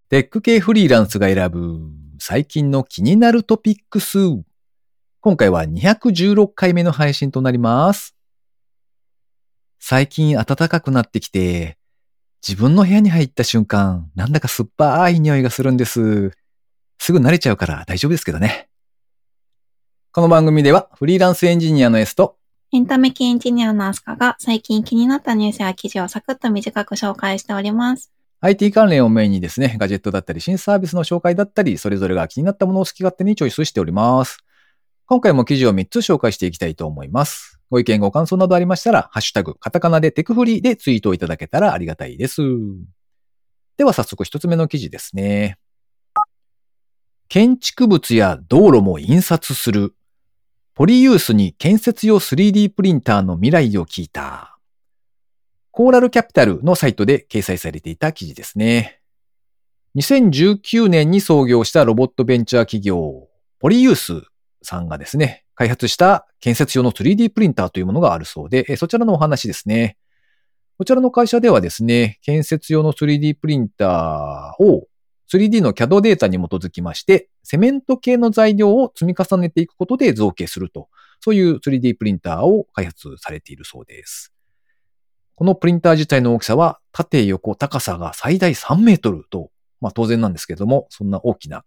テック系フリーランスが選ぶ最近の気になるトピックス。今回は216回目の配信となります。最近暖かくなってきて、自分の部屋に入った瞬間、なんだか酸っぱい匂いがするんです。すぐ慣れちゃうから大丈夫ですけどね。この番組ではフリーランスエンジニアの S とエンタメ系エンジニアのアスカが最近気になったニュースや記事をサクッと短く紹介しております。 IT 関連をメインにですね、ガジェットだったり新サービスの紹介だったり、それぞれが気になったものを好き勝手にチョイスしております。今回も記事を3つ紹介していきたいと思います。ご意見ご感想などありましたら、ハッシュタグ、カタカナでテクフリーでツイートをいただけたらありがたいです。では早速1つ目の記事ですね。建築物や道路も印刷する。ポリユースに建設用 3D プリンターの未来を聞いた。コーラルキャピタルのサイトで掲載されていた記事ですね。2019年に創業したロボットベンチャー企業、ポリユースさんがですね、開発した建設用の 3D プリンターというものがあるそうで、そちらのお話ですね。こちらの会社ではですね、建設用の 3D プリンターを 3D の CAD データに基づきまして、セメント系の材料を積み重ねていくことで造形すると、そういう 3D プリンターを開発されているそうです。このプリンター自体の大きさは、縦横高さが最大3メートルと、当然なんですけれども、そんな大きな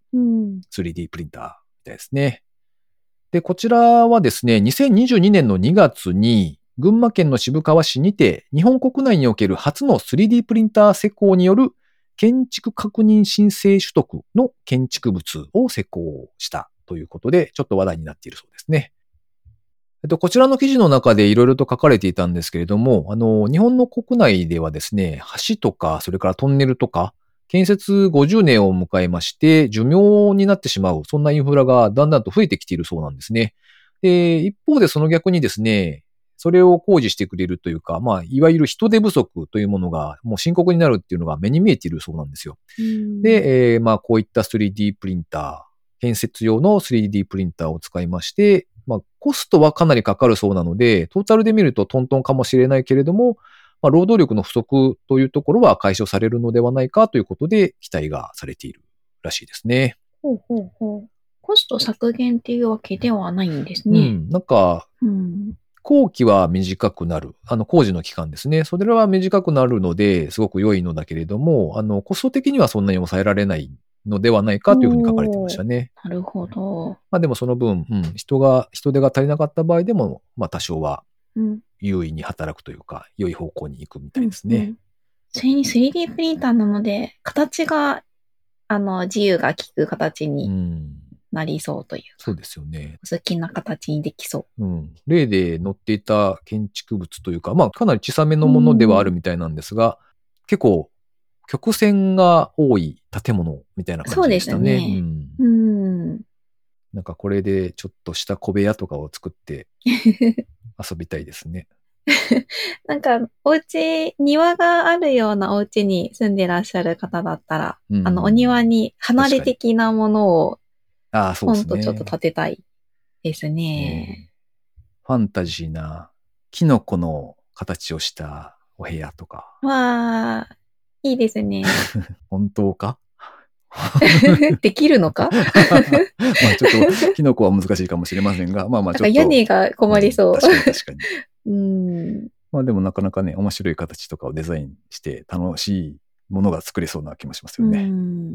3D プリンターみたいですね。で、こちらはですね、2022年の2月に、群馬県の渋川市にて、日本国内における初の 3D プリンター施工による建築確認申請取得の建築物を施工したということで、ちょっと話題になっているそうですね。こちらの記事の中でいろいろと書かれていたんですけれども、日本の国内ではですね、橋とか、それからトンネルとか、建設50年を迎えまして、寿命になってしまう、そんなインフラがだんだんと増えてきているそうなんですね。で、一方でその逆にですね、それを工事してくれるというか、いわゆる人手不足というものがもう深刻になるっていうのが目に見えているそうなんですよ。で、こういった 3D プリンター、建設用の 3D プリンターを使いまして、コストはかなりかかるそうなので、トータルで見るとトントンかもしれないけれども、労働力の不足というところは解消されるのではないかということで期待がされているらしいですね。 ほうほうほう。コスト削減っていうわけではないんですね。 工期は短くなる。工事の期間ですね。それは短くなるので、すごく良いのだけれども、コスト的にはそんなに抑えられないのではないかというふうに書かれてましたね。 なるほど。 でもその分、人手が足りなかった場合でも、多少は優位に働くというか、良い方向に行くみたいですね。 それに 3D プリンターなので、形が、自由が利く形になりそうというか。 そうですよね。 好きな形にできそう。 例で載っていた建築物というか、かなり小さめのものではあるみたいなんですが、結構、曲線が多い建物みたいな感じでしたね。 そうですね。 なんかこれでちょっとした小部屋とかを作って遊びたいですね。 なんか、庭があるようなお家に住んでらっしゃる方だったら、お庭に離れ的なものを、ポンとちょっと建てたいですね。 ファンタジーなキノコの形をしたお部屋とか。 わー、いいですね。 本当かできるのかちょっと、キノコは難しいかもしれませんが、ちょっと。 屋根が困りそう。 確かに。でもなかなかね、面白い形とかをデザインして楽しいものが作れそうな気もしますよね。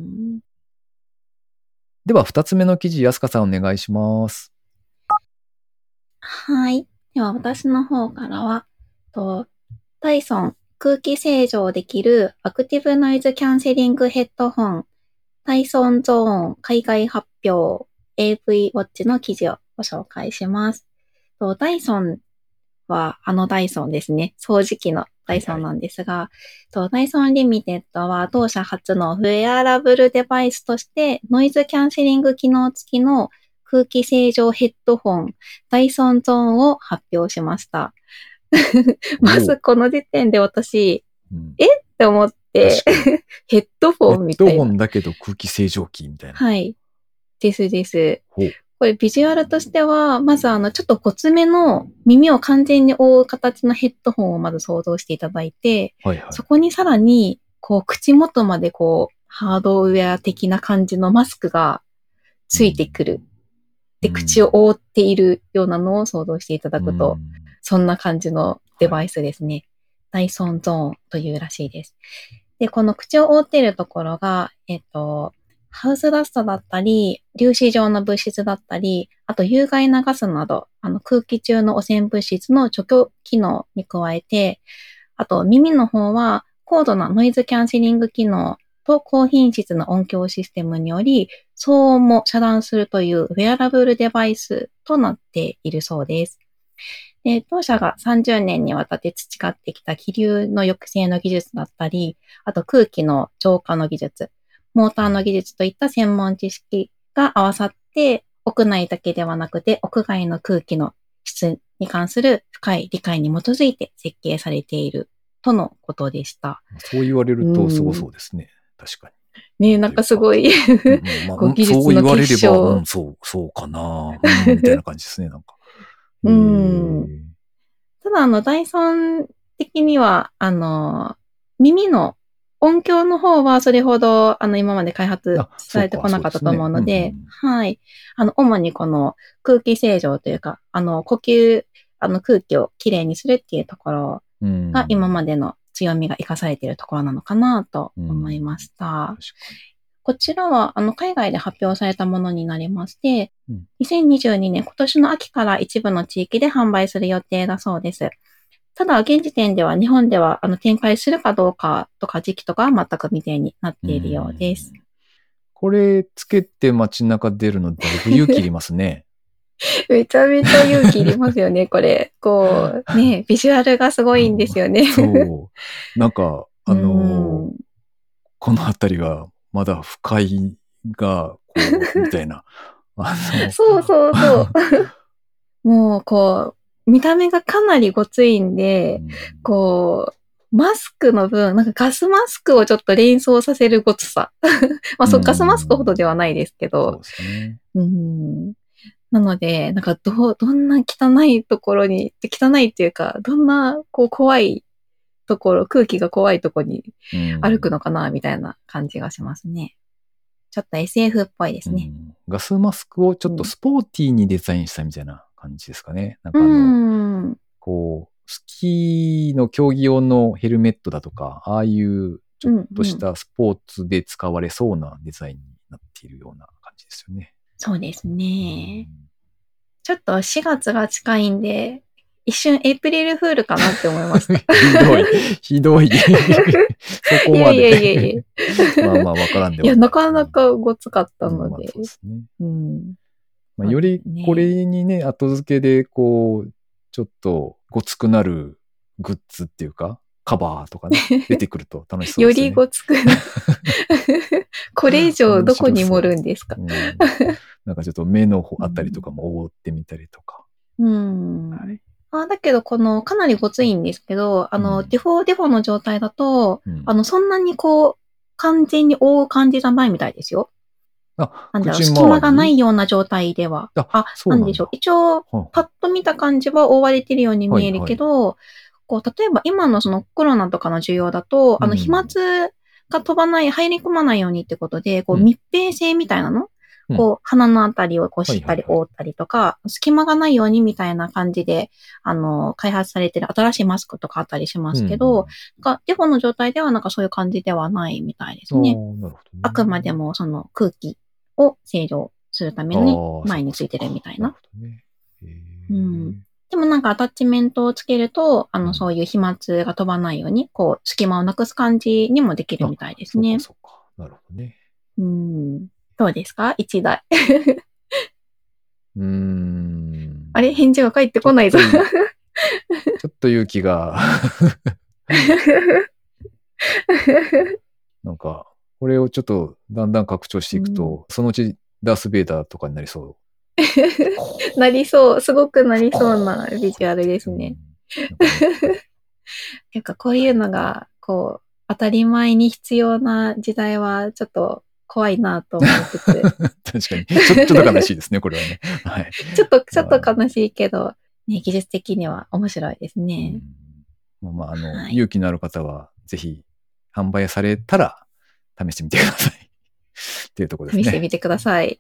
では、2つ目の記事、安香さんお願いします。 はい。では、私の方からは、ダイソン空気清浄できるアクティブノイズキャンセリングヘッドホン、ダイソンゾーン海外発表 AV ウォッチの記事をご紹介します。ダイソンはダイソンですね。掃除機のダイソンなんですが、ダイソンリミテッドは当社初のウェアラブルデバイスとしてノイズキャンセリング機能付きの空気清浄ヘッドホンダイソンゾーンを発表しました。まずこの時点で私、って思って、ヘッドフォンみたいな。 ヘッドホンだけど空気清浄機みたいな。 はい。です。これビジュアルとしては、まずちょっとごつめの耳を完全に覆う形のヘッドホンをまず想像していただいて、そこにさらに、口元までハードウェア的な感じのマスクがついてくる。で、口を覆っているようなのを想像していただくと、そんな感じのデバイスですね。ダイソンゾーンというらしいです。で、この口を覆っているところが、ハウスダストだったり、粒子状の物質だったり、あと有害なガスなど、空気中の汚染物質の除去機能に加えて、あと耳の方は高度なノイズキャンセリング機能と高品質な音響システムにより、騒音も遮断するというウェアラブルデバイスとなっているそうです。で、当社が30年にわたって培ってきた気流の抑制の技術だったり、あと空気の浄化の技術、モーターの技術といった専門知識が合わさって、屋内だけではなくて屋外の空気の質に関する深い理解に基づいて設計されているとのことでした。 そう言われるとすごそうですね。確かに。 ね、なんかすごい技術そう言われれの結晶。 ば、そうかな、みたいな感じですね、なんか。 ただ、ダイソン的には、耳の音響の方はそれほど、今まで開発されてこなかったと思うので、はい。主にこの空気清浄というか、呼吸、空気をきれいにするっていうところが今までの強みが活かされているところなのかなと思いました。こちらは、海外で発表されたものになりまして、2022年、今年の秋から一部の地域で販売する予定だそうです。ただ、現時点では日本では展開するかどうかとか時期とかは全く未定になっているようです。 これつけて街中出るのだいぶ勇気いりますね。 めちゃめちゃ勇気いりますよね、これ。こう、ね、ビジュアルがすごいんですよね。 そう。なんか、このあたりが、まだ不快が、こう、みたいな。 そうそうそう。もう、こう、見た目がかなりごついんで、こう、マスクの分、なんかガスマスクをちょっと連想させるごつさ。まあ、ガスマスクほどではないですけど。 そうですね。 なので、なんかどんな汚いところに、汚いっていうか、どんな、こう、怖いところ、空気が怖いところに歩くのかな、みたいな感じがしますね。ちょっと SF っぽいですね。 ガスマスクをちょっとスポーティーにデザインしたみたいな感じですかね。なんかこう、スキーの競技用のヘルメットだとか、ああいうちょっとしたスポーツで使われそうなデザインになっているような感じですよね。 そうですね。ちょっと4月が近いんで、一瞬エイプリルフールかなって思いました。 ひどい。そこまで。 いまあまあわからんでは。 いや、なかなかごつかったので。 そうですね。よりこれにね、後付けでこう、ちょっとごつくなるグッズっていうか、カバーとかね、出てくると楽しそうですね。 よりごつくなる。これ以上どこに盛るんですか？ なんかちょっと目のあたりとかも覆ってみたりとか。 だけど、かなりごついんですけど、デフォの状態だと、そんなにこう、完全に覆う感じじゃないみたいですよ。なんだろう、隙間がないような状態では。なんでしょう。一応、パッと見た感じは覆われてるように見えるけど、こう、例えば今のそのコロナとかの需要だと、飛沫が飛ばない、入り込まないようにってことで、こう、密閉性みたいなのこう、鼻のあたりをこうしっかり覆ったりとか、隙間がないようにみたいな感じで、開発されてる新しいマスクとかあったりしますけど、デフォの状態ではなんかそういう感じではないみたいですね。あくまでもその空気を清浄するために前についてるみたいな。でもなんかアタッチメントをつけると、そういう飛沫が飛ばないように、こう、隙間をなくす感じにもできるみたいですね。 そうか。なるほどね。 どうですか？一台。あれ？返事が返ってこないぞ。ちょっと勇気が。なんか、これをちょっとだんだん拡張していくと、そのうちダース・ベイダーとかになりそう。 なりそう。すごくなりそうなビジュアルですね。なんかこういうのが、こう、当たり前に必要な時代はちょっと怖いなと思いつつ。 確かに。ちょっと悲しいですね、これはね。はい。 ちょっと悲しいけど、ね、技術的には面白いですね。 勇気のある方は、ぜひ、販売されたら、 試してみてください。っていうところですね。 試してみてください。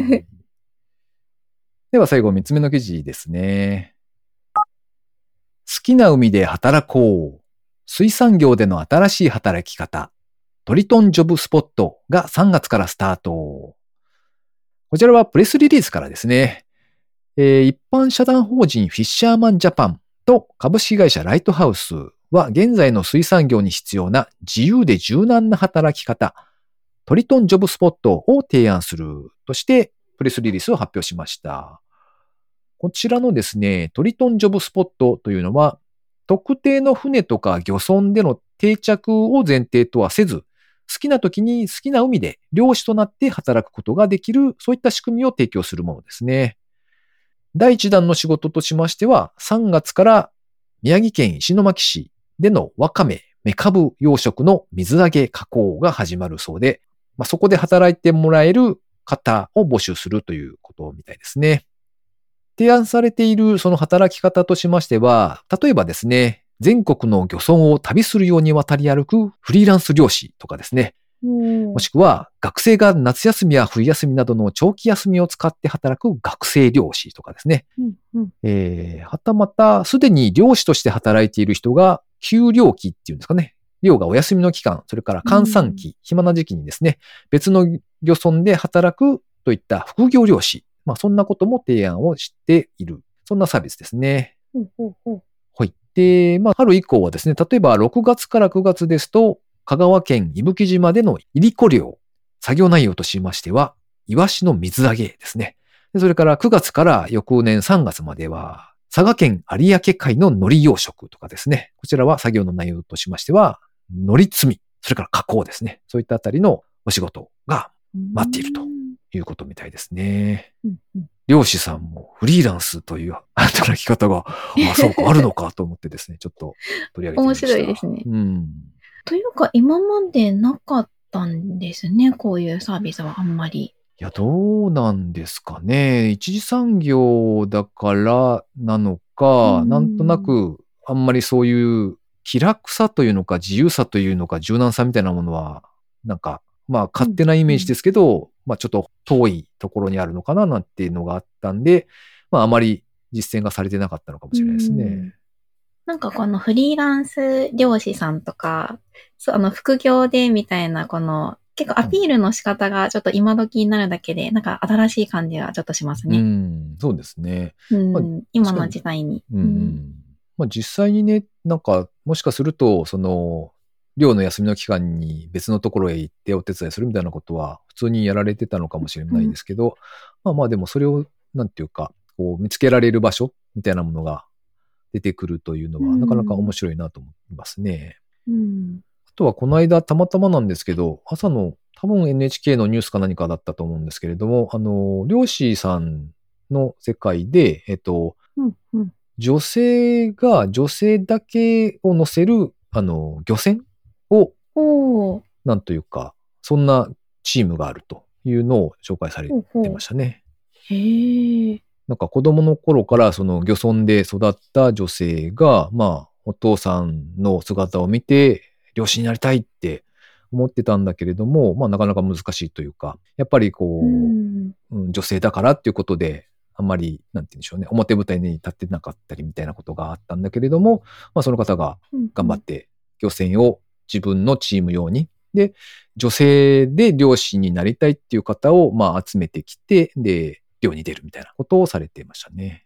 では最後3つ目の記事ですね。好きな海で働こう。水産業での新しい働き方。トリトンジョブスポットが3月からスタート。こちらはプレスリリースからですね。一般社団法人フィッシャーマンジャパンと株式会社ライトハウスは現在の水産業に必要な自由で柔軟な働き方、トリトンジョブスポットを提案するとしてプレスリリースを発表しました。こちらのですね、トリトンジョブスポットというのは特定の船とか漁村での定着を前提とはせず、好きな時に好きな海で漁師となって働くことができる、そういった仕組みを提供するものですね。第1弾の仕事としましては、3月から宮城県石巻市でのワカメ、メカブ養殖の水揚げ加工が始まるそうで、そこで働いてもらえる方を募集するということみたいですね。提案されているその働き方としましては、例えばですね、全国の漁村を旅するように渡り歩くフリーランス漁師とかですね、もしくは学生が夏休みや冬休みなどの長期休みを使って働く学生漁師とかですね、はたまたすでに漁師として働いている人が休漁期っていうんですかね、漁がお休みの期間、それから閑散期、暇な時期にですね、別の漁村で働くといった副業漁師、そんなことも提案をしている。そんなサービスですね。はい。で、春以降はですね、例えば6月から9月ですと、香川県伊吹島でのいりこ漁。作業内容としましては、イワシの水揚げですね。それから9月から翌年3月までは、佐賀県有明海の海苔養殖とかですね。こちらは作業の内容としましては、海苔摘み、それから加工ですね。そういったあたりのお仕事が待っているということみたいですね。漁師さんもフリーランスという働き方が、そうか、あるのかと思ってですね、ちょっと取り上げてみました。 面白いですね。というか、今までなかったんですね、こういうサービスはあんまり。 いや、どうなんですかね。一次産業だからなのか、なんとなく、あんまりそういう気楽さというのか、自由さというのか、柔軟さみたいなものは、なんか、勝手なイメージですけど、ちょっと遠いところにあるのかな、なんていうのがあったんで、あまり実践がされてなかったのかもしれないですね。 なんかこのフリーランス漁師さんとか、副業でみたいなこの、結構アピールの仕方がちょっと今時になるだけで、なんか新しい感じはちょっとしますね。 そうですね。 今の時代に。 実際にね、なんか、もしかすると、漁の休みの期間に別のところへ行ってお手伝いするみたいなことは普通にやられてたのかもしれないですけど、でもそれを、なんていうか、こう見つけられる場所みたいなものが出てくるというのは、なかなか面白いなと思いますね。あとはこの間たまたまなんですけど、朝の多分 NHK のニュースか何かだったと思うんですけれども、漁師さんの世界で、女性が女性だけを乗せる、漁船を、なんというか、そんなチームがあるというのを紹介されてましたね。なんか子供の頃からその漁村で育った女性が、お父さんの姿を見て、漁師になりたいって思ってたんだけれども、なかなか難しいというか、やっぱりこう、女性だからっていうことで、あんまり、なんて言うんでしょうね、表舞台に立ってなかったりみたいなことがあったんだけれども、その方が頑張って漁船を自分のチーム用に、で、女性で漁師になりたいっていう方を、集めてきて、で、漁に出るみたいなことをされていましたね。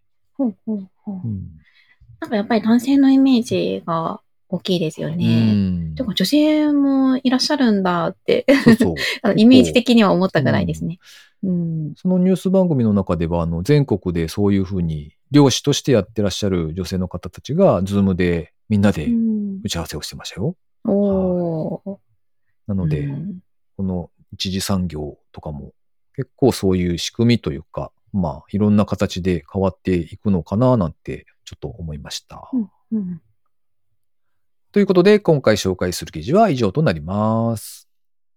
なんかやっぱり男性のイメージが大きいですよね。でも女性もいらっしゃるんだって、イメージ的には思ったぐらいですね。 そのニュース番組の中では、全国でそういうふうに漁師としてやってらっしゃる女性の方たちが、ズームでみんなで打ち合わせをしてましたよ。なので、この一次産業とかも結構そういう仕組みというか、いろんな形で変わっていくのかななんてちょっと思いました。ということで、今回紹介する記事は以上となります。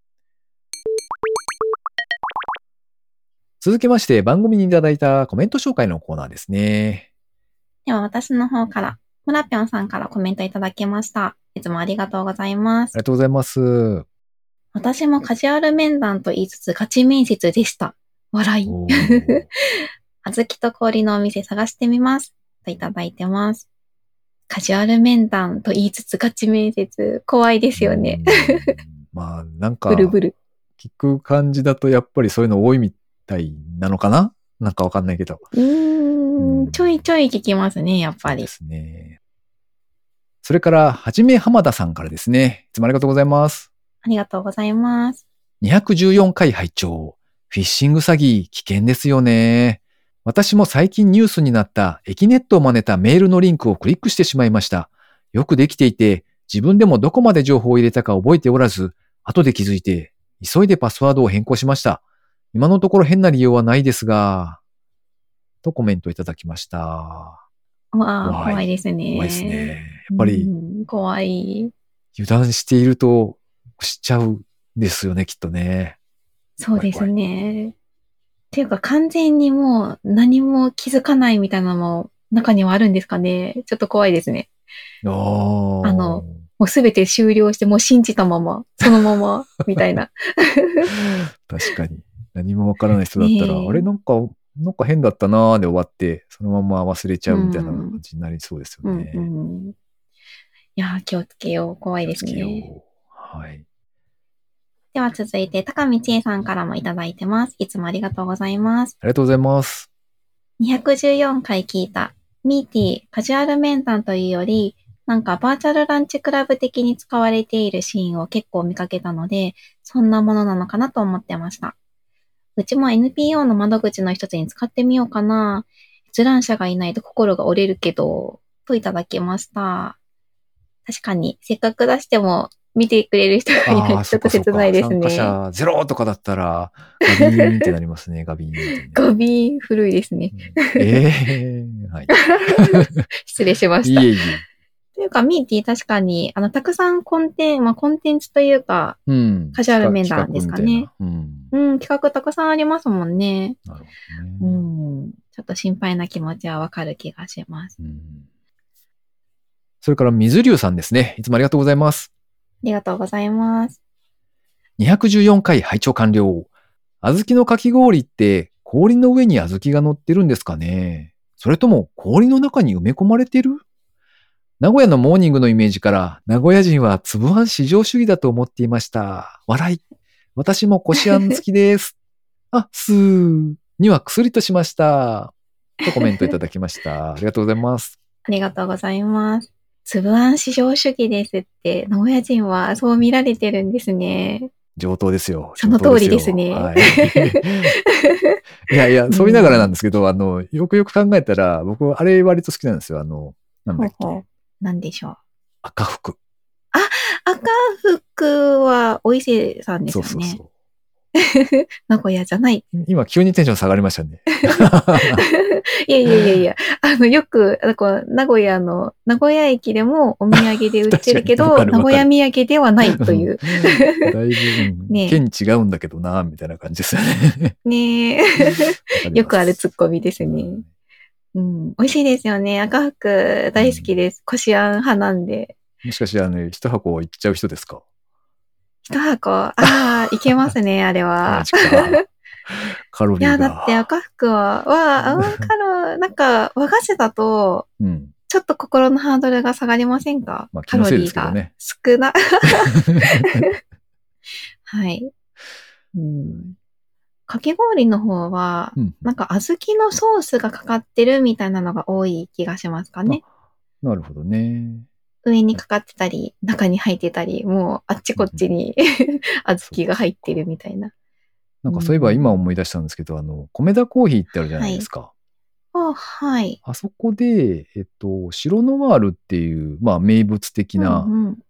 続きまして、番組にいただいたコメント紹介のコーナーですね。 では、私の方から、むらぴょんさんからコメントいただきました。いつもありがとうございます。 ありがとうございます。 私もカジュアル面談と言いつつガチ面接でした。笑い。 おーあずきと氷のお店探してみます。といただいてます。カジュアル面談と言いつつガチ面接、怖いですよね。 まあ、なんか、 ブルブル。 聞く感じだとやっぱりそういうの多いみたいなのかな、なんかわかんないけど。 ちょいちょい聞きますね、やっぱり。 そうですね。それから、はじめ浜田さんからですね。いつもありがとうございます。 ありがとうございます。 214回拝聴。フィッシング詐欺危険ですよね。私も最近ニュースになったエキネットを真似たメールのリンクをクリックしてしまいました。よくできていて、自分でもどこまで情報を入れたか覚えておらず、後で気づいて、急いでパスワードを変更しました。今のところ変な理由はないですが、とコメントいただきました。 わあ、怖いですね。 怖いですね。やっぱり、 怖い。 油断しているとしちゃうんですよね、きっとね。 そうですね。っていうか完全にもう何も気づかないみたいなのも中にはあるんですかね。ちょっと怖いですね。もうすべて終了してもう信じたまま、そのまま、みたいな。 確かに。何もわからない人だったら、あれなんか変だったなーで終わって、そのまま忘れちゃうみたいな感じになりそうですよね。 いやー、気をつけよう。怖いですね。 気をつけよう。はい。 では続いて、高見千恵さんからもいただいてます。いつもありがとうございます。 ありがとうございます。 214回聞いた。ミーティー、カジュアル面談というより、なんかバーチャルランチクラブ的に使われているシーンを結構見かけたので、そんなものなのかなと思ってました。うちも NPO の窓口の一つに使ってみようかな。閲覧者がいないと心が折れるけど、といただきました。確かに、せっかく出しても見てくれる人がいないとちょっと切ないですね。 参加者ゼロとかだったら、ガビーンってなりますね、ガビーンって、ね。 ガビーン、古いですね。 はい。 失礼しました。 いえいえ。 というか、ミーティー確かに、たくさんコンテンツというか、カジュアル面談ですかね。企画たくさんありますもんね。 なるほどね。 ちょっと心配な気持ちはわかる気がします。 それから、水流さんですね。いつもありがとうございます。 ありがとうございます。 214回拝聴完了。小豆のかき氷って氷の上に小豆が乗ってるんですかね？それとも氷の中に埋め込まれてる？名古屋のモーニングのイメージから名古屋人は粒あん至上主義だと思っていました。笑い。私もこしあん好きです。すーには薬としました。とコメントいただきました。ありがとうございます。 ありがとうございます。粒あん至上主義ですって、名古屋人はそう見られてるんですね。 上等ですよ。 その通りですね。 はい、いや、そう言いながらなんですけど、よくよく考えたら、僕、あれ割と好きなんですよ。なんだっけ。 なんでしょう。 赤福。 赤福はお伊勢さんですよね。そう。名古屋じゃない。 今、急にテンション下がりましたね。 いや。よく、名古屋駅でもお土産で売ってるけど、名古屋土産ではないという。 だいぶ、県違うんだけどな、みたいな感じですよね。 ねえ。よくあるツッコミですね。美味しいですよね。赤福大好きです。こしあん派なんで。 もしかして一箱いっちゃう人ですか？ 一箱、いけますね、あれは。 カロリーが。 いや、だって赤福は、なんか和菓子だと、ちょっと心のハードルが下がりませんか？ まあ、気のせいですけどね。 少な。はい。かき氷の方は、なんか小豆のソースがかかってるみたいなのが多い気がしますかね。 なるほどね。 上にかかってたり、中に入ってたり、もうあっちこっちに小豆が入ってるみたいな。 なんかそういえば今思い出したんですけど、米田コーヒーってあるじゃないですか。 はい。 あそこで、白ノワールっていう、まあ名物的な、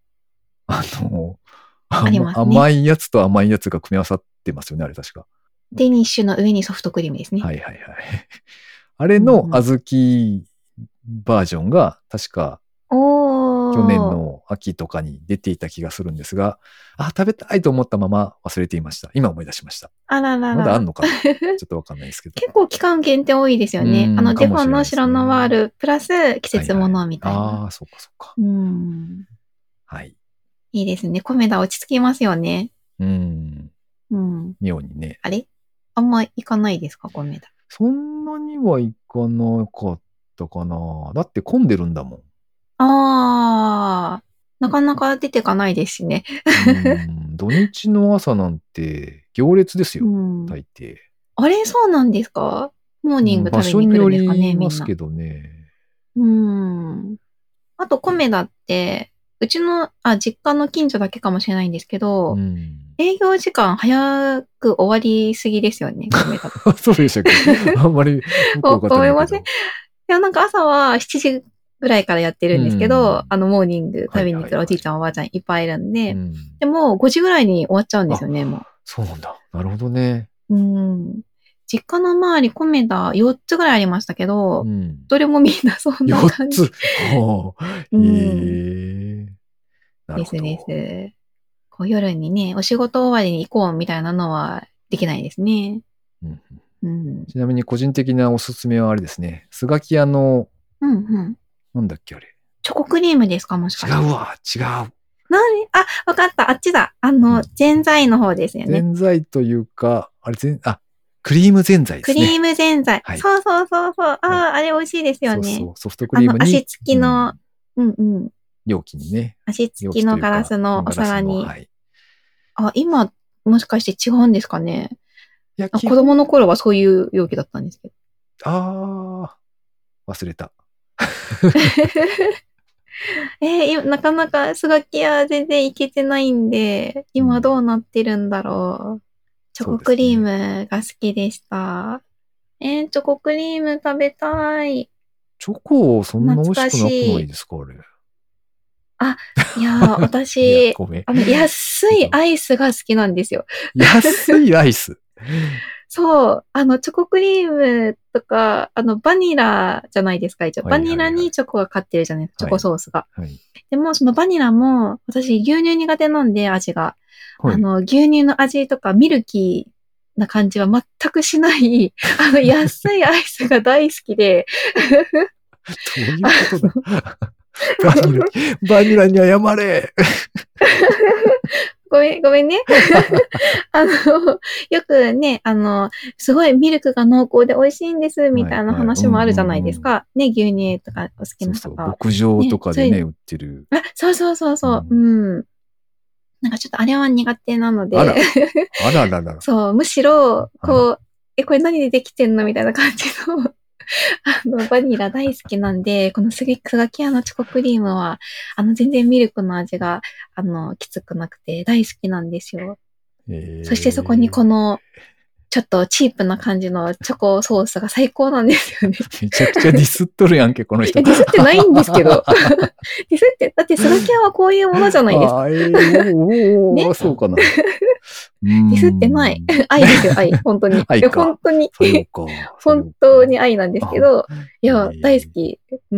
甘いやつと甘いやつが組み合わさってますよね、あれ確か。 デニッシュの上にソフトクリームですね。 はい。あれの小豆バージョンが確か去年の秋とかに出ていた気がするんですが、食べたいと思ったまま忘れていました。今思い出しました。 まだあんのかなちょっとわかんないですけど。 結構期間限定多いですよね。デフォンの白ノワールプラス季節ものみたいな。 そうか。 はい。いいですね。米田落ち着きますよね。 うん。 うん。 妙にね。 あれあんま行かないですか、コメダ。 そんなには行かなかったかな。だって混んでるんだもん。 あー、なかなか出てかないですしね。 土日の朝なんて行列ですうよ。 ん。 大抵。 あれ、そうなんですか？モーニング場食べに来所によるんですかね、 りみんな。 ますけどね。 うん。あと、コメダって、うちの、実家の近所だけかもしれないんですけうど、 ん。 営業時間早く終わりすぎですよね、コメダ。 そうでしたっけ？あんまりよくわかって思いません？いないけど。 や、なんか朝は7時ぐらいからやってうるんですけど、 ん。 モーニング食べに来はいはいはい。 るおじいちゃんおばあちゃんいっぱいいるんで、 うん。 でも5時ぐらいに終わっちゃうんですよね、もそうなんだ。なるほどね。 う。実家の周り、コメダ4つぐらいありましたけど、 うん。 どれもみんなそんな 4 感じ。 つ。ほう。 うん。 へえ。なるですでほど。 す。こう夜にね、お仕事終わりに行こうみたいなのはできないですね。 うん。 うん。 ちなみに個人的なおすすめはあれですね。スガキ屋の、 うんうん。 なんだっけあれ。 チョコクリームですか、もしかして。 違うわ。違う。 わかった。あっちだ。 うんぜんざいの方ですよね。 ぜんざいというか、あれクリームぜんざいでクリーすね。 ムぜんざい。 はい。 そうそうそうそう。 はい。 あれ美味しいですよね。 そうそう。ソフトクリームに、 足つきの、うんうん。 容器にね。 足つ容きのガラ器というか、 スのおガラスの、 皿に。 はい。 今、もしかして違うんですかね。 いや、 子供の頃はそういう容器だったんですけど。 忘れた。 なかなかスガキ屋全然行けてないんで、今どうなってるんだろう。チョそうコクリーですね。 ムが好きでした。チョコクリーム食べたい。 チョコ、そんな美味し懐かくなくなしい。 いですか、あれ。 いやー、 いや、 私、 ごめん。 安いアイスが好きなんですよ。 安いアイス。 そう、チョコクリームとか、バニラじゃないですか、一応。 はバニラいはいはい。 にチョコがかってるじゃないですか、チョコはい。 ソースが。 はい。 でも、そのバニラも、私、牛乳苦手なんで、味が。 はい。 牛乳の味とか、ミルキーな感じは全くしない、安いアイスが大好きで、 どういうことだ？バニラ、バニラに謝れ。 ごめんね。よくね、すごいミルクが濃厚で美味しいんです、みたいなはいはい。うんう話もあるじゃないんうん。 ですか。ね、牛乳とかお好きそうそう。 な方は。 牧場とね、 かでね、売ってる。 そうそうそうそう、なんかちょっとあれは苦手なので、 あら。あらららら。 そう、むしろ、 はい。 これ何でできてんのみたいな感じのバニラ大好きなんで、このスガキ屋のチョコクリームは、全然ミルクの味が、きつくなくて大好きなんですよ。そしてそこにこえの、ちょっとチープな感じのチョコソースが最高なんですよね。 めちゃくちゃディスっとるやんけ、この人。 ディスってないんですけど。ディスって、だってスガキ屋はこういうものじゃないですか。ね。 そうかな。 ディスってない。愛ですよ、愛。本当に。いや、 愛か。 本当に、 さようか。さよ本う当に愛なんですけか。 ど、いや、大好えき。うん。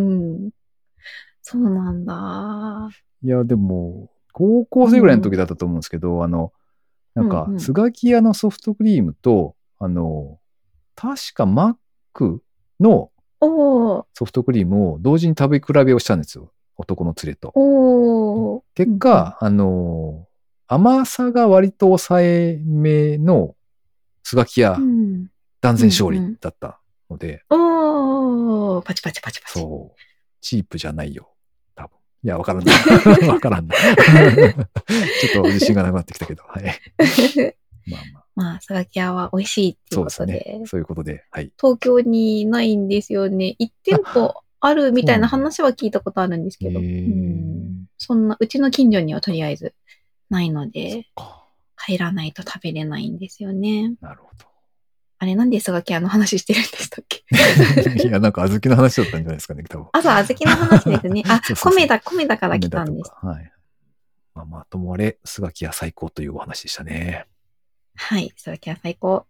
そうなんだ。 いや、でも、高校うん。 生ぐらいの時だったと思うんですけど、なんか、 うんうん。 スガキ屋のソフトクリームと、確かマックのおー、 ソフトクリームを同時に食べ比べをしたんですよ。男の連れと。 おー。うんうん。 結果、甘さが割と抑えめのスガキ屋うん断然勝利うんうん。 だったので、 おー、パチパチパチパチ。 そう、チープじゃないよ。多分。いや、わからんな。わからんな。ちょっと自信がなくなってきたけど、はい。まあまあ。 まあ、スガキ屋は美味しいっていうこそうですね。 とで、 そういうことで、はい。 東京にないんですよね。1店舗あるみたいなそうなんだ。 話は聞いたことあるんですけど、そんな、うちの近所にはとりあえずないので、 か。 入らないと食べれないんですよね。 なるほど。 あれ、なんでスガキ屋の話してるんでしたっけ？ いや、なんか小豆の話だったんじゃないですかね、多分。 そう、小豆の話ですね。 そうそうそう。 米だから来たんです。 米だとか。はい。まあまあ、ともあれ、スガキ屋最高というお話でしたね。 はい、スガキ屋最高。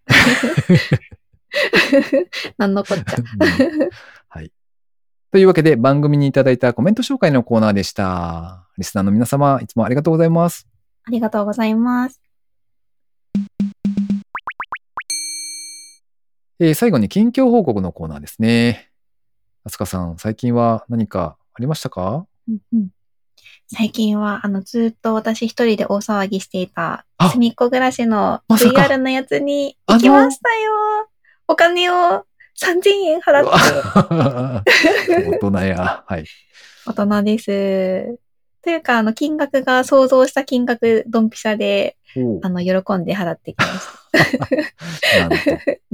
なんのこっちゃ。 はい。というわけで、番組にいただいたコメント紹介のコーナーでした。リスナーの皆様、いつもありがとうございます。 ありがとうございます。 最後に近況報告のコーナーですね。あすかさん、最近は何かありましたか？ うんうん最近は、ずっと私一人で大騒ぎしていた、 あすみっこ暮らしのまさか VR のやつに行きましたよ。お金を3000円払って。 大人や。はい。 大人です。というか、金額が想像した金額、ドンピシャで、 おう喜んで払ってきました。 なんと。 うん。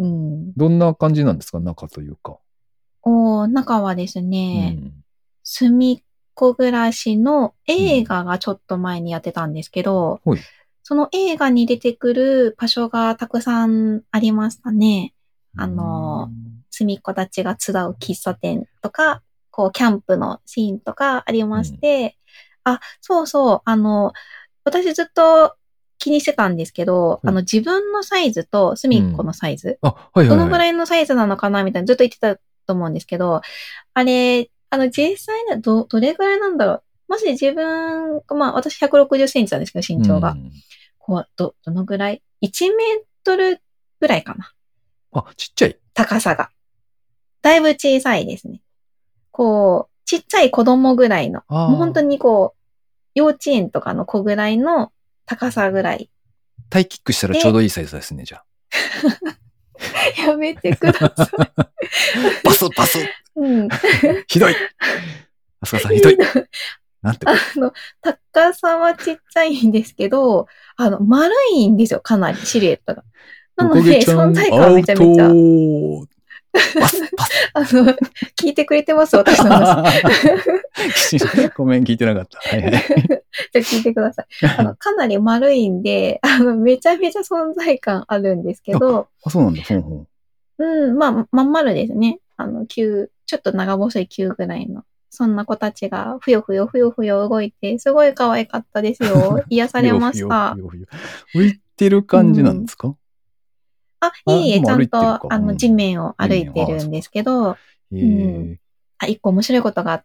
どんな感じなんですか、中というか。 中はですうね、 ん。 すみっこ暮らしの映画がちょっと前にやってたんですけど、 ほい。 その映画に出てくる場所がたくさんありましたね。すみっこたちが集う喫茶店とか、キャンプのシーンとかありまして、そうそう、私ずっと気にしてたんですけど、 はい自分のサイズとすみっこのサイズ、 はいはいどのぐはい。 らいのサイズなのかなみたいなずっと言ってたと思うんですけど、あれ、実際にはどれぐらいなんだろう。もし自分、私160センチなんですけど、身長が。どのぐらい ?1 メートルぐらいかな。 ちっちゃい。 高さが。だいぶ小さいですね。ちっちゃい子供ぐらいの。もう本当に幼稚園とかの子ぐらいの高さぐらい。 タイキックしたらちょうどいいサイズですね、じゃあ。 やめてください。 パスパスうん。 ひどいあすかさんひどいなんて高さはちっちゃいんですけど、丸いんですよ、かなり、シルエットが。なので、存在感はめちゃめちゃ。 パスパス聞いてくれてます私の話。 ごめん、聞いてなかった。はいはい。 じゃあ聞いてください。かなり丸いんで、めちゃめちゃ存在感あるんですけど。 そうなんだ、ほんほん。 まん丸ですね。ちょっと長細い球ぐらいの。そんな子たちがふよふよふよふよ動いて、すごい可愛かったですよ。癒されました。 浮いてる感じなんですか？ いえいえ、ちゃんと、地面面を歩いてるんですけど、一個面白いことがあって、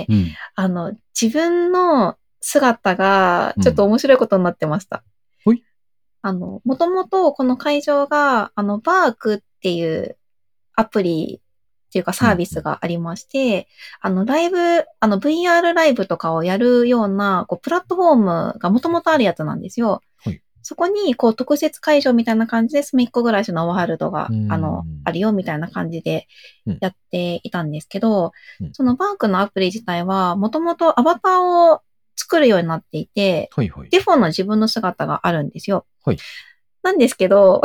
自分の姿が、ちょっと面白いことになってました。もともとこの会場が、バークっていうアプリっていうかサービスがありまして、ライブ、VR ライブとかをやるような、プラットフォームがもともとあるやつなんですよ。そこに、特設会場みたいな感じで、すみっこ暮らしのワールドが、あるよ、みたいな感じでやっていたんですけど、そのバークのアプリ自体は、もともとアバターを作るようになっていて、デフォの自分の姿があるんですよ。なんですけど、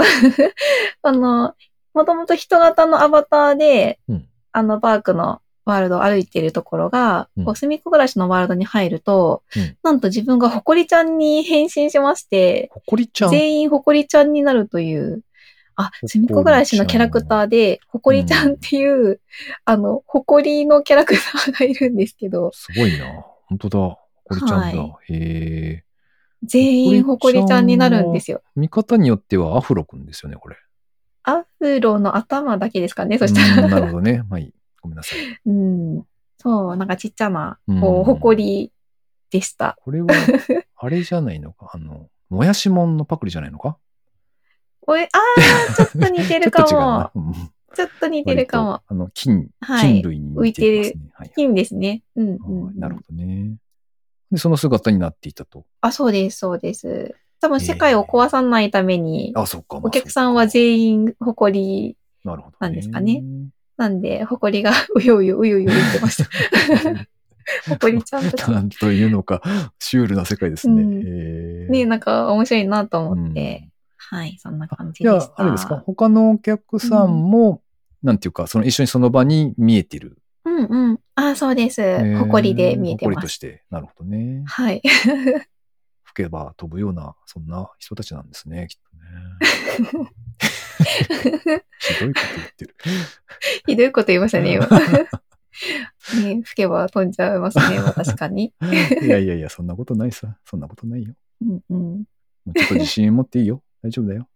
もともと人型のアバターで、バークのワールドを歩いているところが、すみっこ暮らしのワールドに入ると、なんと自分がほこりちゃんに変身しまして、全員ほこりちゃんになるという、すみっこ暮らしのキャラクターで、ほこりちゃんっていう、ほこりのキャラクターがいるんですけど。 すごいな。本当だ。ほこりちゃんだ。へえ。 全員ほこりちゃんになるんですよ。 見方によってはアフロくんですよね、これ。 アフロの頭だけですかね、そしたら。 なるほどね。まあいい。ごめんなさい。 そう、なんかちっちゃな、ほこりでした。 これは、あれじゃないのか。もやしもんのパクリじゃないのか？ ちょっと似てるかも。ちょっと似てるかも。 菌類に似てますね。 菌ですね。 なるほどね。で、その姿になっていたと。 そうです、そうです。多分世界を壊さないために、お客さんは全員誇りなんですかね。なんで、誇りがうようようようよ言ってました。誇りちゃんたち。 なんというのか、シュールな世界ですね。 ね、なんか面白いなと思って。はい、そんな感じでした。 じゃあ、あれですか、他のお客さんも、なんていうか、一緒にその場に見えてる。 そうです。誇りで見えてます。 誇りとして。なるほどね。 はい。 吹けば飛ぶような、そんな人たちなんですね、きっとね。ひどいこと言ってる。 ひどいこと言いましたね、今。ね、吹けば飛んじゃいますね、確かに。 いや、そんなことないさ。そんなことないよ。もうちょっと自信持っていいよ。大丈夫だよ。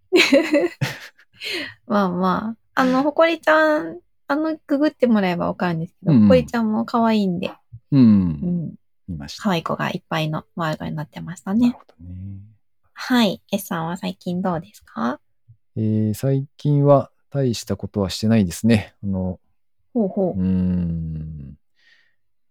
まあ、ほこりちゃん、ググってもらえばわかるんですけど、ほこりちゃんも可愛いんで。 見ました。 可愛い子がいっぱいのワールドになってましたね。 なるほどね。 はい。S さんは最近どうですか？ 最近は大したことはしてないですね。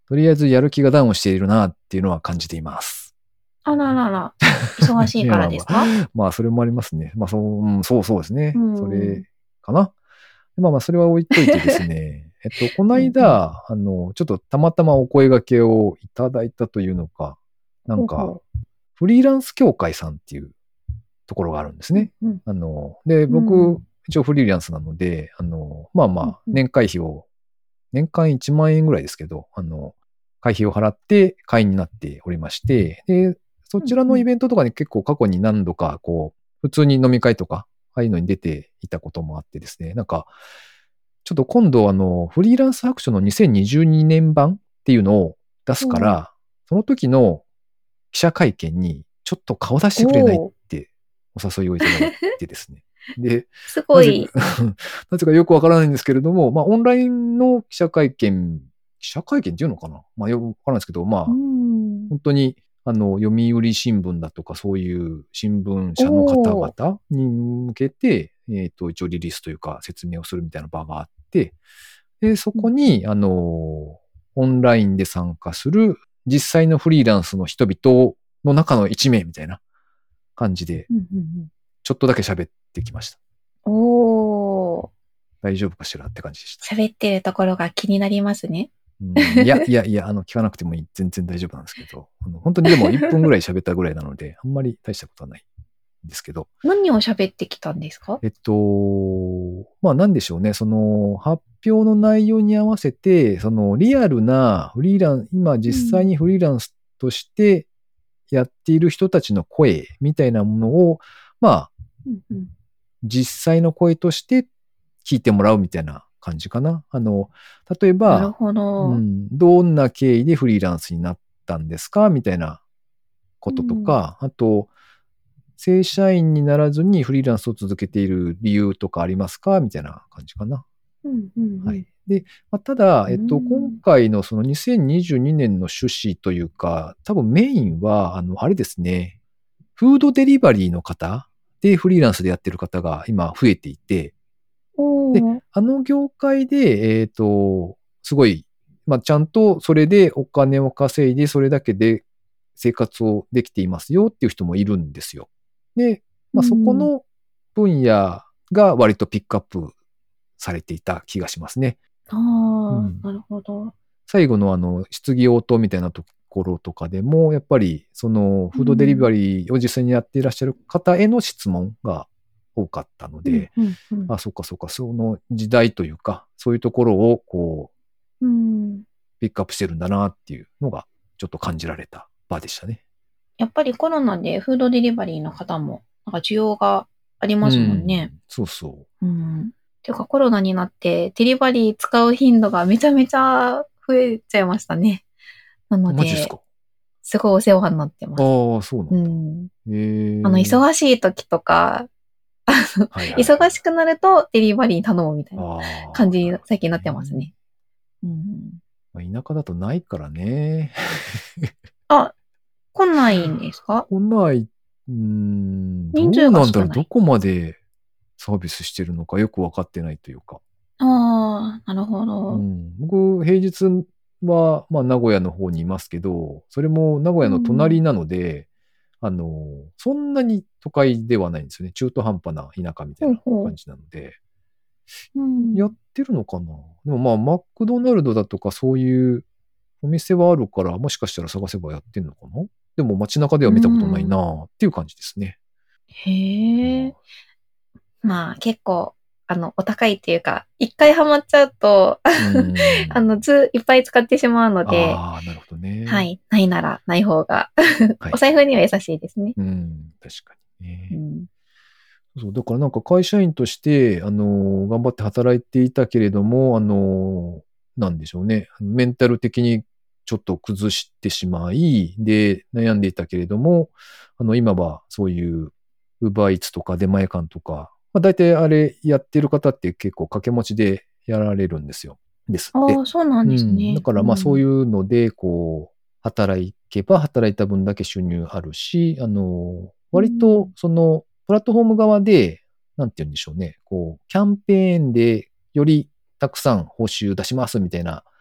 とりあえずやる気がダウンしているなっていうのは感じています。 あららら。忙しいからですか？ まあ、それもありますね。まあ、そうですね。 うんそれかな。まあ、それは置いといてですね。この間、ちょっとたまたまお声掛けをいただいたというのか、なんか、 ほうほフリーランス協会さんっていうところがあるんですね。 うんで、 う僕ん、 一応フリーランスなので、まあまあ、年会費を、年間1万円ぐらいですけど、会費を払って会員になっておりまして、で、そちらのイベントとかに結構過去に何度か、こう、普通に飲み会とか、ああいうのに出ていたこともあってですね、なんか、ちょっと今度フリーランス白書の2022年版っていうのを出すかうんら、その時の記者会見にちょっと顔出してくれないってお誘いをいただいてですね。で、 すごい。 なぜかよくわからないんですけれども、まあオンラインの記者会見っていうのかな、まあよくわからないですけど、まあ、本当に読売新聞だとかそういう新聞社の方々に向けて、一応リリースというか説明をするみたいな場があって、で、そこに、オンラインで参加する実際のフリーランスの人々の中の1名みたいな感じで、ちょっとだけ喋ってきました。 おー。 大丈夫かしらって感じでした。 喋ってるところが気になりますね。 いや、聞かなくてもいい。全然大丈夫なんですけど、本当にでも1分ぐらい喋ったぐらいなので、あんまり大したことはないんですけど。 何を喋ってきたんですか？ まあなんでしょうね。その発表の内容に合わせて、そのリアルな今実際にフリーランスとしてやっている人たちの声みたいなものを、まあ、実際の声として聞いてもらうみたいな感じかな。例えば、 なるほど。 どんな経緯でフリーランスになったんですかみたいなこととか、あと、正社員にならずにフリーランスを続けている理由とかありますかみたいな感じかな。はい。で、ただ、今回のその2022年の趣旨というか、多分メインは、あれですね、フードデリバリーの方でフリーランスでやってる方が今増えていて、で、業界で、すごい、ちゃんとそれでお金を稼いで、それだけで生活をできていますよっていう人もいるんですよ。で、そこの分野が割とピックアップされていた気がしますね。 なるほど。 最後の質疑応答みたいなところとかでも、やっぱりそのフードデリバリーを実際にやっていらっしゃる方への質問が多かったので、そうか、その時代というか、そういうところをこう、ピックアップしてるんだなっていうのがちょっと感じられた場でしたね。 やっぱりコロナでフードデリバリーの方も、なんか需要がありますもんね。 そうそう。 ていうかコロナになってデリバリー使う頻度がめちゃめちゃ増えちゃいましたね。なので、すごいお世話になってます。 ああ、そうなんだ。 忙しい時とか、忙しくなるとデリバリー頼むみたいな感じに最近なってますね。 田舎だとないからね。 来ないんですか？ 来ない。どうなんだろう。どこまでサービスしてるのかよくわかってないというか。 なるほど。 僕、平日は、名古屋の方にいますけど、それも名古屋の隣なので、そんなに都会ではないんですよね。中途半端な田舎みたいな感じなので。やってるのかな。でもマクドナルドだとかそういうお店はあるから、もしかしたら探せばやってんのかな。でも街中では見たことないなっていう感じですね。 へえ。結構、お高いっていうか、一回ハマっちゃうと、いっぱい使ってしまうので、 なるほどね。 はい。ないならない方が、お財布には優しいですね。 確かにね。そう、だからなんか会社員として、頑張って働いていたけれども、なんでしょうね。メンタル的にちょっと崩してしまい、で、悩んでいたけれども、今はそういう、Uber Eats とか出前館とか、大体あれやってる方って結構掛け持ちでやられるんですよ。ですって。 そうなんですね。 だからそういうので、こう、働けば働いた分だけ収入あるし、割とその、プラットフォーム側で、なんて言うんでしょうね、こう、キャンペーンでよりたくさん報酬出しますみたいな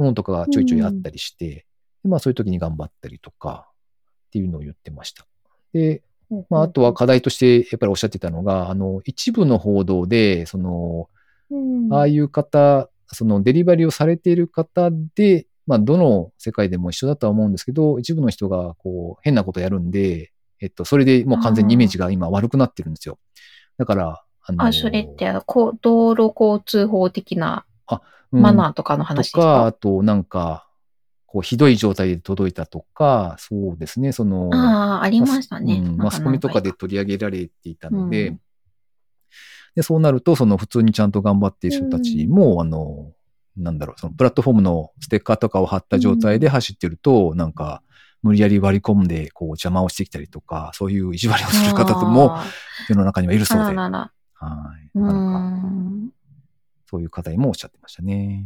ものとかがちょいちょいあったりして、でまあそういう時に頑張ったりとかっていうのを言ってました。で、まああとは課題としてやっぱりおっしゃってたのが、一部の報道で、ああいう方、デリバリーをされている方で、まあどの世界でも一緒だとは思うんですけど、一部の人がこう変なことやるんで、それでもう完全にイメージが今悪くなってるんですよ。だから、 それって、道路交通法的なうんマナーとかの話ですとか、あか？ となんか、こうひどい状態で届いたとか、そうですね、 ありましたね。 マスコミとかで何回取り上げられていたかので、で、そうなると、普通にちゃんと頑張っている人たちも、なんだろう、プラットフォームのステッカーとかを貼った状態で走ってると、なんか、無理やり割り込んで、こう、邪魔をしてきたりとか、そういう意地悪をする方も、世の中にはいるそうで、はい。なかなか、そういう課題もおっしゃってましたね。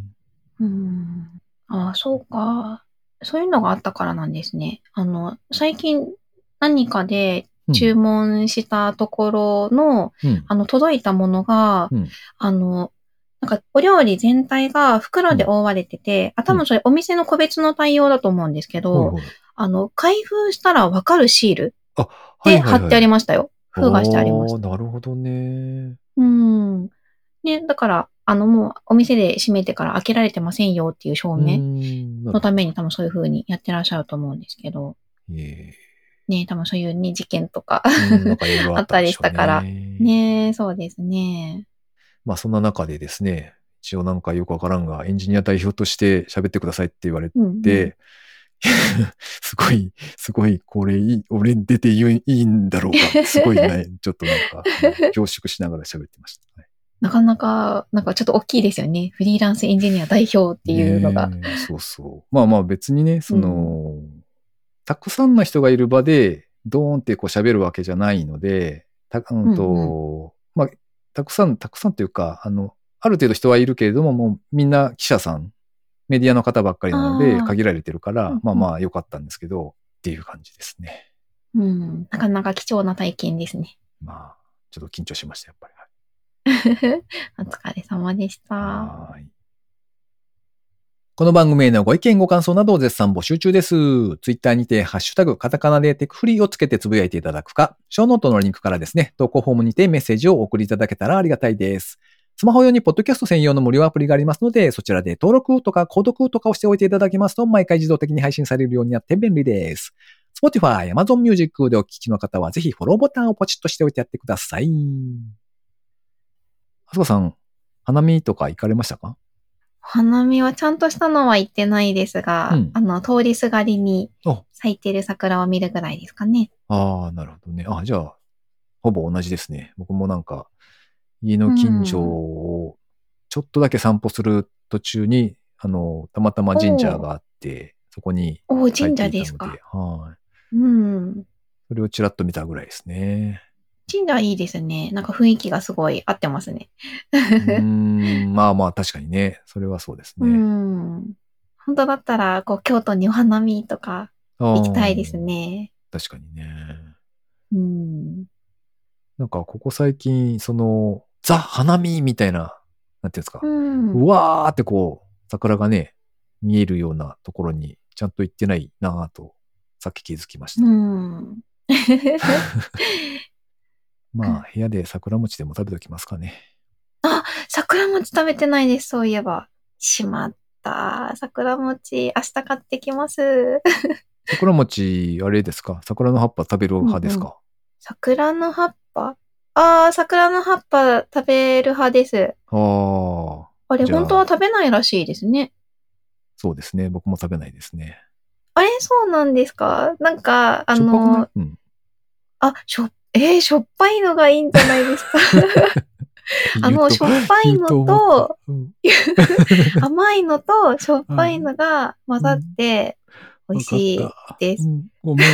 そうか。そういうのがあったからなんですね。最近何かで注文したところの、届いたものが、なんかお料理全体が袋で覆われてて、多分それお店の個別の対応だと思うんですけど、開封したらわかるシールで貼ってありましたよ。封がしてありました。 なるほどね。 ね、だから、もうお店で閉めてから開けられてませんよっていう証明のために多分そういう風にやってらっしゃると思うんですけど。ね、多分そういうね、事件とかあったりしたから。ね、そうですね。 まあそんな中でですね、一応なんかよくわからんが、エンジニア代表として喋ってくださいって言われて、すごい、これ俺出ていいんだろうか。すごいね、ちょっとなんか、恐縮しながら喋ってました。 なかなか、なんかちょっと大きいですよね。フリーランスエンジニア代表っていうのが。 そうそう。まあまあ別にね、たくさんの人がいる場で、ドーンってこう喋るわけじゃないので、まあ、たくさんというか、ある程度人はいるけれども、もうみんな記者さん、メディアの方ばっかりなので、限られてるから、まあまあ良かったんですけど、っていう感じですね。 なかなか貴重な体験ですね。 まあ、ちょっと緊張しました、やっぱり。 お疲れ様でした。 この番組へのご意見ご感想などを絶賛募集中です。ツイッターにてハッシュタグカタカナでテクフリーをつけてつぶやいていただくか、ショーノートのリンクからですね、投稿フォームにてメッセージをお送りいただけたらありがたいです。スマホ用にポッドキャスト専用の無料アプリがありますので、そちらで登録とか購読とかをしておいていただきますと、毎回自動的に配信されるようになって便利です。Spotify、Amazon Music でお聞きの方は、ぜひフォローボタンをポチッとしておいてやってください。あすかさん、花見とか行かれましたか？ 花見はちゃんとしたのは行ってないですが、通りすがりに咲いてる桜を見るぐらいですかね。 ああ、なるほどね。じゃあ、ほぼ同じですね。僕もなんか、家の近所をちょっとだけ散歩する途中に、たまたま神社があって、そこに咲いていたので、神社ですか。 はい。それをちらっと見たぐらいですね。 神社いいですね。なんか雰囲気がすごい合ってますね。 まあまあ確かにね。それはそうですね。 本当だったら、京都にお花見とか行きたいですね。 確かにね。なんかここ最近、ザ・花見みたいな、なんていうんですか。うわーってこう、桜がね、見えるようなところにちゃんと行ってないなぁと、さっき気づきました。まあ、部屋で桜餅でも食べときますかね。 桜餅食べてないです、そういえば。しまった。桜餅、明日買ってきます。 桜餅、あれですか？桜の葉っぱ食べる派ですか？ 桜の葉っぱ？桜の葉っぱ食べる派です。あれ、本当は食べないらしいですね。 そうですね。僕も食べないですね。 あれ、そうなんですか？なんか、 しょっぱくない？ しょっぱいのがいいんじゃないですか？しょっぱいのと、甘いのとしょっぱいのが混ざって美味しいです。 ごめん。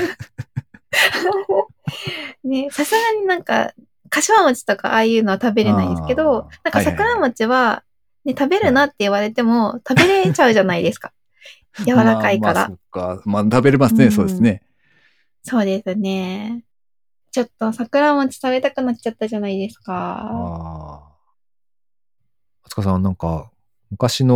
ね、さすがになんか、柏餅とかああいうのは食べれないですけど、なんか桜餅は、ね、食べるなって言われても食べれちゃうじゃないですか。柔らかいから。 そっか。まあ食べれますね。そうですね。 そうですね。ちょっと桜餅食べたくなっちゃったじゃないですか。 あつかさん、なんか、昔の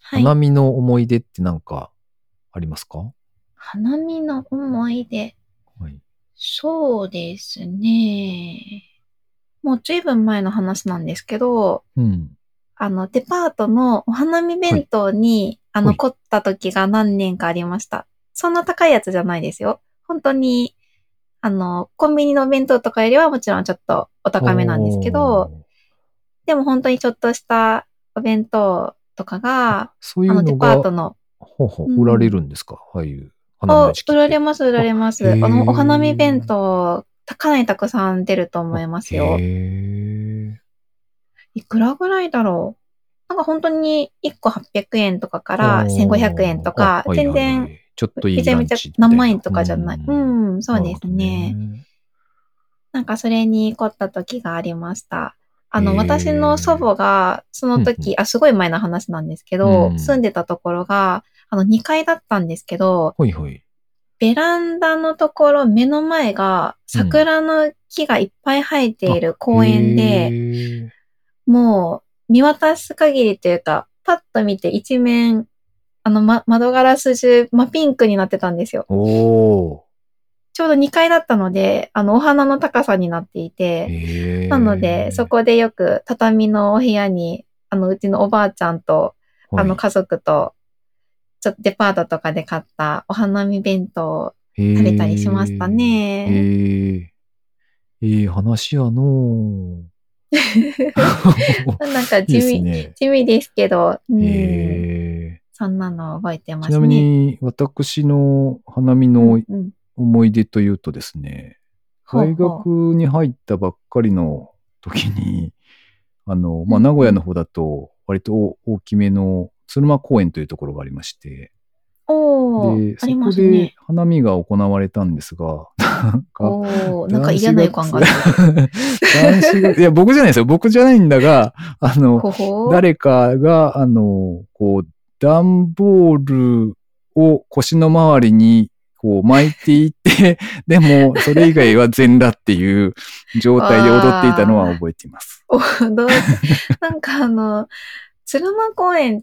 はい。 花見の思い出ってなんかありますか？ 花見の思い出。 はい。 そうですね。もう随分前の話なんですけど、 うん。 デパートのお花見弁はい。 当に、 はい。 凝った時が何年かありました。そんな高いやつじゃないですよ。本当に、コンビニのお弁当とかよりはもちろんちょっとお高めなんですけど、 おー。 でも本当にちょっとしたお弁当とかが、 そういうデのが、 パートの、 ほうほう、売られうん、 るんですか？ああいう花見の時期売って。 られます、売らあ、 れまへす。お花見弁え。 当、かなりたくさん出ると思いますへよ。 え。 いくらぐらいだろう。なんか本当に1個800円とかから1500円とはあ。あ、 か、 はい全然はいはい。ちょっといいランめちゃめちゃチみたいな。 何万円とうかじゃない。うん。 ん、そうでなるほどすね。 ね。 なんかそれに凝った時がありました。 へ私の祖え。 母が、そのうんうん。 時、すごい前の話なんですけうど、住んん。 でたところが、2階だったんですけど、 ほいほい。 ベランダのところ、目の前がうん。 桜の木がいっぱい生えているあ、 公園で、 へえ。 もう見渡す限りというか、パッと見て一面、窓ガラス中、真ピンクになってたんですよ。 おー。 ちょうど2階だったので、お花の高さになっていて、なので、そへえ。 こでよく畳のお部屋に、うちのおばあちゃんと、 はい。 家族と、ちょっとデパートとかで買ったお花見弁当をへ食べたりしましたえ。 ね。 へえ。ええ話やのう。 なんかいいですね。 地味ですけど、うへん、 え。 そんなの覚えてちなみますね。 に、私の花見のうんうん。 思い出というとですね、大ほうほう。 学に入ったばっかりの時に、 うんうん。 名古屋の方だと、割と大きめの鶴間公園というところがありまして、 おー、 で、 ありまそこすね。 で花見が行われたんですが、なんか、 おー、なんか男嫌な予感子学生、 がする。 男子学、いや、僕じゃないですよ。僕じゃないんだが、 ほほー。 誰かが、こう、段ボールを腰の周りに、こう巻いていて、でも、それ以外は全裸っていう状態で踊っていたのはわ覚えています。 ー、なんか鶴間公園って、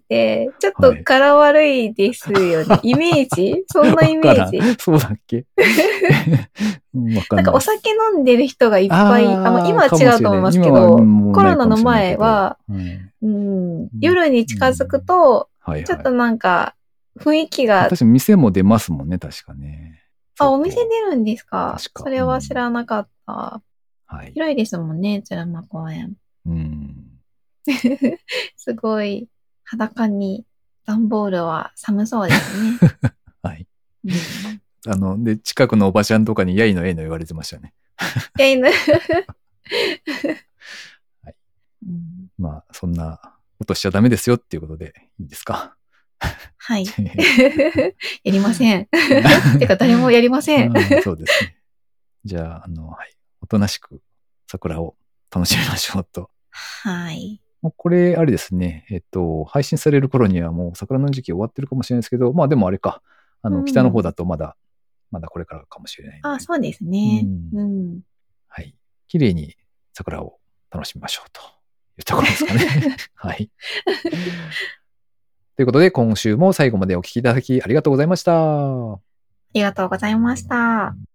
ちょっとはい。 柄悪いですよね。イメージそんなイわからん。 メージそうだっけわかなんかおんないです。 酒飲んでる人がいっぱい、今あー、 は違かもしれない。 うと思います今はけど、 もうコロないかもしれないナの前けど、 は、 はい。 うん、 うん。 夜に近づくうんと、ちょっとはいはい。 なんか、雰囲気が、 確かに店も出ますもんね、確かね。 お店外。 出るんですか？ 確か。 それは知うん。 らなかった。 はい。 広いですもんね、鶴間公園。 うん。 すごい、裸に段ボールは寒そうですね。 はい。 うん。 で、近くのおばちゃんとかにやいのえいの言われてましたよね。 犬。 はい。 うん、 まあ、そんなことしちゃダメですよっていうことでいいですか？ はい。やりません。てか、誰もやりません。 ああそうですね。じゃあ、はい。おとなしく桜を楽しみましょうと。 はい。 もうこれ、あれですね。配信される頃にはもう桜の時期終わってるかもしれないですけど、まあでもあれか。 う北の方ん。 だとまだこれからかもしれないんで。 そうですうね。うん。 ん。 はい。綺麗に桜を楽しみましょうというところですかね。はい。ということで、今週も最後までお聞きいただきありがとうございました。 ありがとうございました。